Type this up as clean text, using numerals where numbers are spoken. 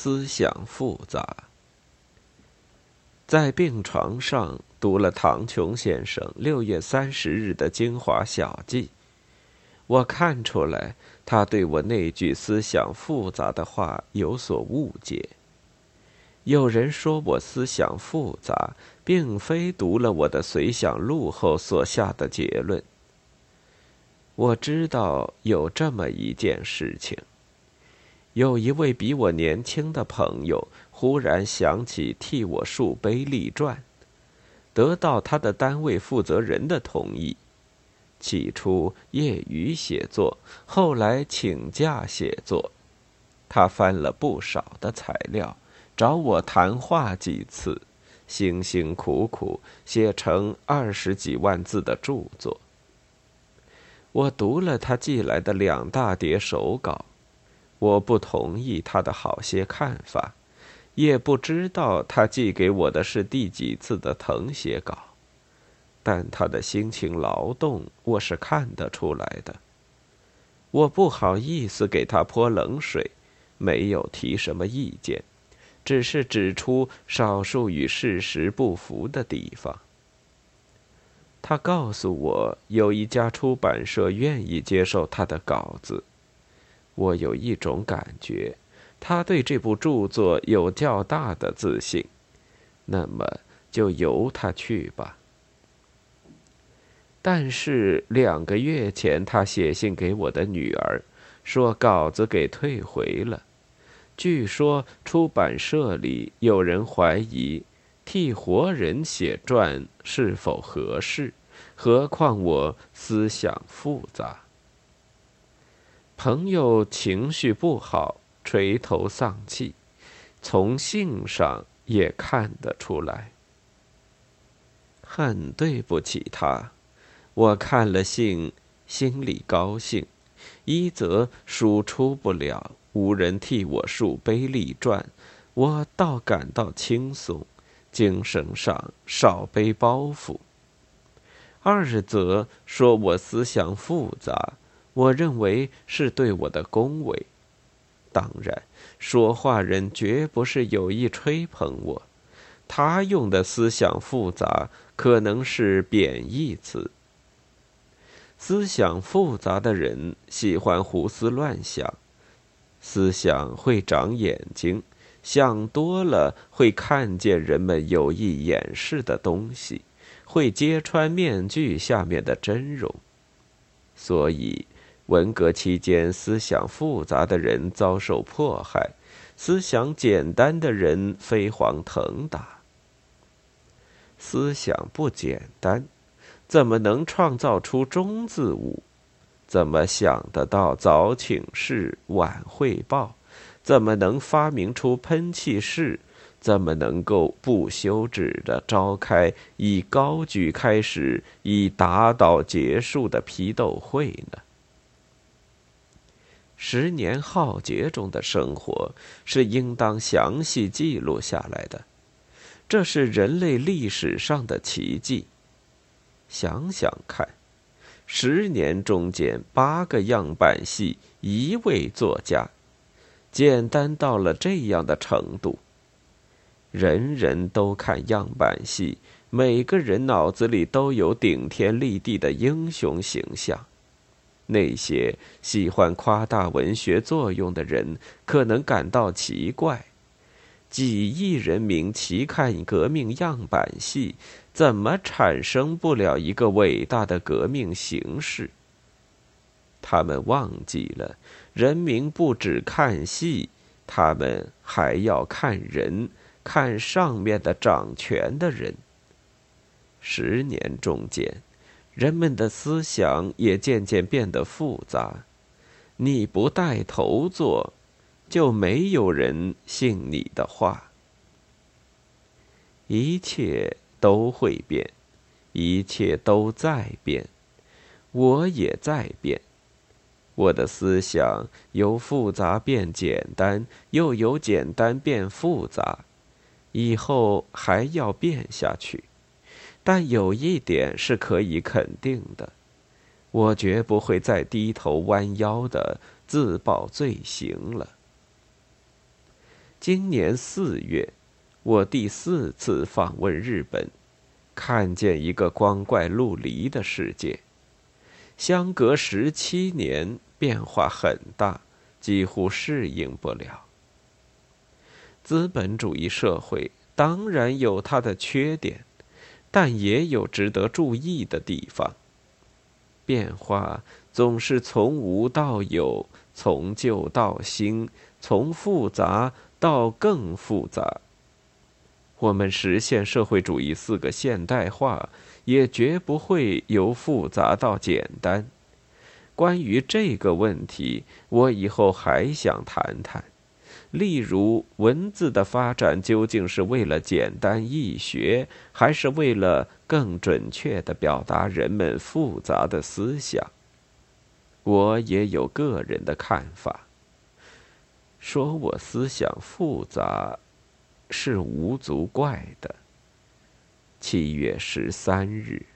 思想复杂。在病床上读了唐琼先生6月30日的精华小记，我看出来他对我那句思想复杂的话有所误解。有人说我思想复杂，并非读了我的随想录后所下的结论。我知道有这么一件事情，有一位比我年轻的朋友忽然想起替我述碑立传，得到他的单位负责人的同意。起初业余写作，后来请假写作。他翻了不少的材料，找我谈话几次，辛辛苦苦写成20几万字的著作。我读了他寄来的2大叠手稿，我不同意他的好些看法，也不知道他寄给我的是第几次的誊写稿，但他的辛勤劳动我是看得出来的。我不好意思给他泼冷水，没有提什么意见，只是指出少数与事实不符的地方。他告诉我有一家出版社愿意接受他的稿子。我有一种感觉，他对这部著作有较大的自信，那么就由他去吧。但是2个月前，他写信给我的女儿，说稿子给退回了。据说出版社里有人怀疑替活人写传是否合适，何况我思想复杂。朋友情绪不好，垂头丧气，从信上也看得出来。很对不起他，我看了信，心里高兴。一则书出不了，无人替我述碑立传，我倒感到轻松，精神上少背包袱。2则说我思想复杂，我认为是对我的恭维。当然，说话人绝不是有意吹捧我，他用的思想复杂可能是贬义词。思想复杂的人喜欢胡思乱想，思想会长眼睛，想多了会看见人们有意掩饰的东西，会揭穿面具下面的真容。所以文革期间思想复杂的人遭受迫害，思想简单的人飞黄腾达。思想不简单，怎么能创造出中字舞？怎么想得到早请示晚汇报？怎么能发明出喷气式？怎么能够不休止地召开以高举开始，以打倒结束的批斗会呢？10年浩劫中的生活是应当详细记录下来的，这是人类历史上的奇迹。想想看，10年中间8个样板戏，1位作家，简单到了这样的程度。人人都看样板戏，每个人脑子里都有顶天立地的英雄形象。那些喜欢夸大文学作用的人可能感到奇怪，几亿人民齐看革命样板戏，怎么产生不了一个伟大的革命形式？他们忘记了，人民不只看戏，他们还要看人，看上面的掌权的人。10年中间，人们的思想也渐渐变得复杂。你不带头做，就没有人信你的话。一切都会变，一切都在变，我也在变。我的思想由复杂变简单，又由简单变复杂，以后还要变下去。但有一点是可以肯定的，我绝不会再低头弯腰的自报罪行了。 今年4月，我第4次访问日本，看见一个光怪陆离的世界。相隔17年，变化很大，几乎适应不了。资本主义社会当然有它的缺点，但也有值得注意的地方。变化总是从无到有，从旧到新，从复杂到更复杂。我们实现社会主义4个现代化，也绝不会由复杂到简单。关于这个问题，我以后还想谈谈。例如，文字的发展究竟是为了简单易学，还是为了更准确地表达人们复杂的思想？我也有个人的看法。说我思想复杂，是无足怪的。7月13日。